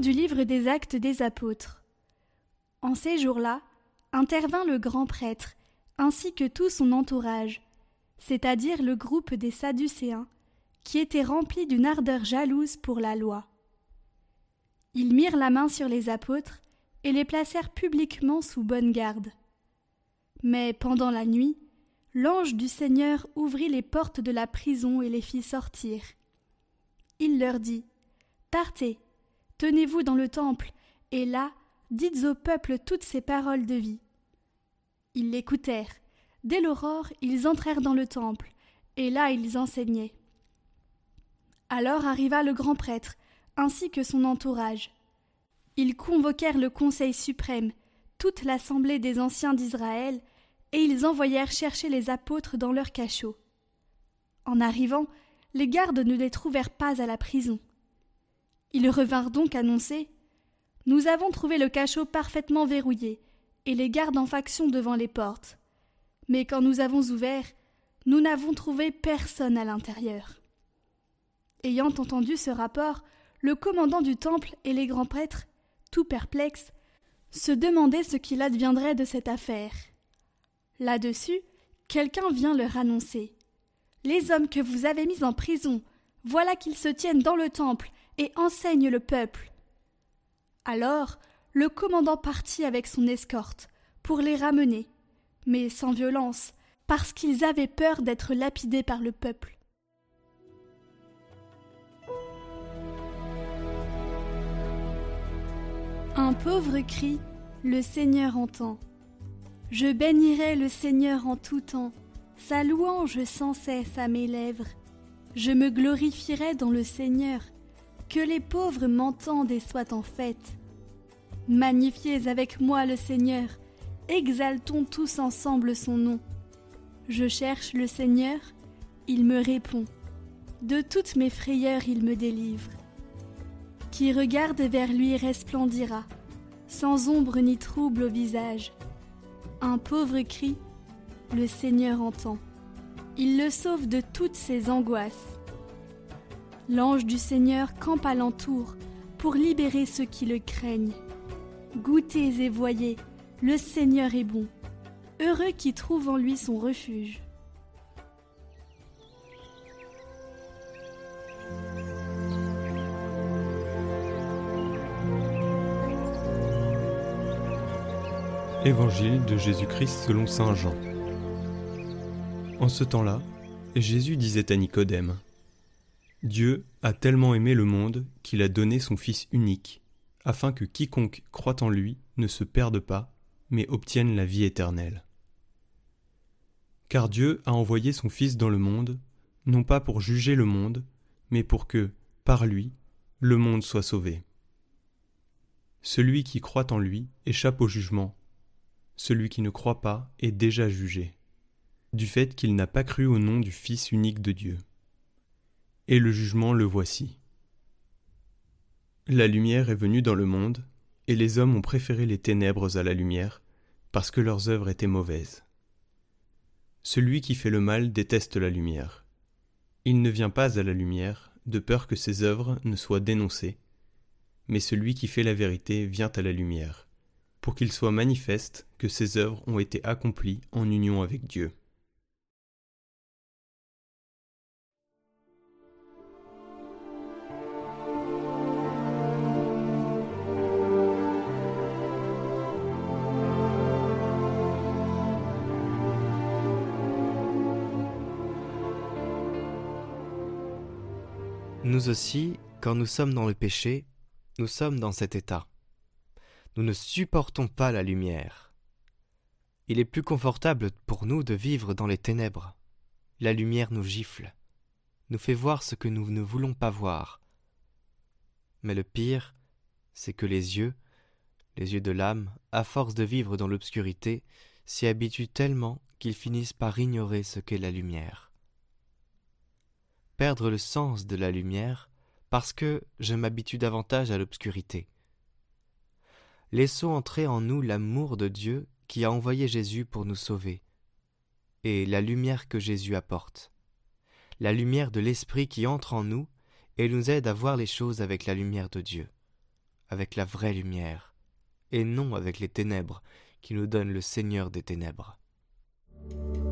Lecture du livre des Actes des Apôtres. En ces jours-là, intervint le grand prêtre, ainsi que tout son entourage, c'est-à-dire le groupe des Sadducéens, qui étaient remplis d'une ardeur jalouse pour la loi. Ils mirent la main sur les apôtres et les placèrent publiquement sous bonne garde. Mais pendant la nuit, l'ange du Seigneur ouvrit les portes de la prison et les fit sortir. Il leur dit : « Partez, tenez-vous dans le temple, et là, dites au peuple toutes ces paroles de vie. » Ils l'écoutèrent. Dès l'aurore, ils entrèrent dans le temple, et là ils enseignaient. Alors arriva le grand prêtre, ainsi que son entourage. Ils convoquèrent le conseil suprême, toute l'assemblée des anciens d'Israël, et ils envoyèrent chercher les apôtres dans leur cachot. En arrivant, les gardes ne les trouvèrent pas à la prison. Ils revinrent donc annoncer : « Nous avons trouvé le cachot parfaitement verrouillé, et les gardes en faction devant les portes. Mais quand nous avons ouvert, nous n'avons trouvé personne à l'intérieur. » Ayant entendu ce rapport, le commandant du temple et les grands prêtres, tout perplexes, se demandaient ce qu'il adviendrait de cette affaire. Là-dessus, quelqu'un vient leur annoncer : « Les hommes que vous avez mis en prison, voilà qu'ils se tiennent dans le temple et enseignent le peuple. » Alors, le commandant partit avec son escorte pour les ramener, mais sans violence, parce qu'ils avaient peur d'être lapidés par le peuple. Un pauvre crie, le Seigneur entend. Je bénirai le Seigneur en tout temps, sa louange sans cesse à mes lèvres. Je me glorifierai dans le Seigneur, que les pauvres m'entendent et soient en fête. Magnifiez avec moi le Seigneur, exaltons tous ensemble son nom. Je cherche le Seigneur, il me répond. De toutes mes frayeurs il me délivre. Qui regarde vers lui resplendira, sans ombre ni trouble au visage. Un pauvre cri, le Seigneur entend. Il le sauve de toutes ses angoisses. L'ange du Seigneur campe alentour pour libérer ceux qui le craignent. Goûtez et voyez, le Seigneur est bon. Heureux qui trouve en lui son refuge. Évangile de Jésus-Christ selon saint Jean. En ce temps-là, Jésus disait à Nicodème : « Dieu a tellement aimé le monde qu'il a donné son Fils unique, afin que quiconque croit en lui ne se perde pas, mais obtienne la vie éternelle. Car Dieu a envoyé son Fils dans le monde, non pas pour juger le monde, mais pour que, par lui, le monde soit sauvé. Celui qui croit en lui échappe au jugement. Celui qui ne croit pas est déjà jugé, du fait qu'il n'a pas cru au nom du Fils unique de Dieu. Et le jugement le voici. La lumière est venue dans le monde, et les hommes ont préféré les ténèbres à la lumière, parce que leurs œuvres étaient mauvaises. Celui qui fait le mal déteste la lumière. Il ne vient pas à la lumière, de peur que ses œuvres ne soient dénoncées, mais celui qui fait la vérité vient à la lumière, pour qu'il soit manifeste que ses œuvres ont été accomplies en union avec Dieu. Nous aussi, quand nous sommes dans le péché, nous sommes dans cet état. Nous ne supportons pas la lumière. Il est plus confortable pour nous de vivre dans les ténèbres. La lumière nous gifle, nous fait voir ce que nous ne voulons pas voir. Mais le pire, c'est que les yeux de l'âme, à force de vivre dans l'obscurité, s'y habituent tellement qu'ils finissent par ignorer ce qu'est la lumière. Perdre le sens de la lumière parce que je m'habitue davantage à l'obscurité. Laissons entrer en nous l'amour de Dieu qui a envoyé Jésus pour nous sauver, et la lumière que Jésus apporte, la lumière de l'Esprit qui entre en nous et nous aide à voir les choses avec la lumière de Dieu, avec la vraie lumière, et non avec les ténèbres qui nous donne le Seigneur des ténèbres.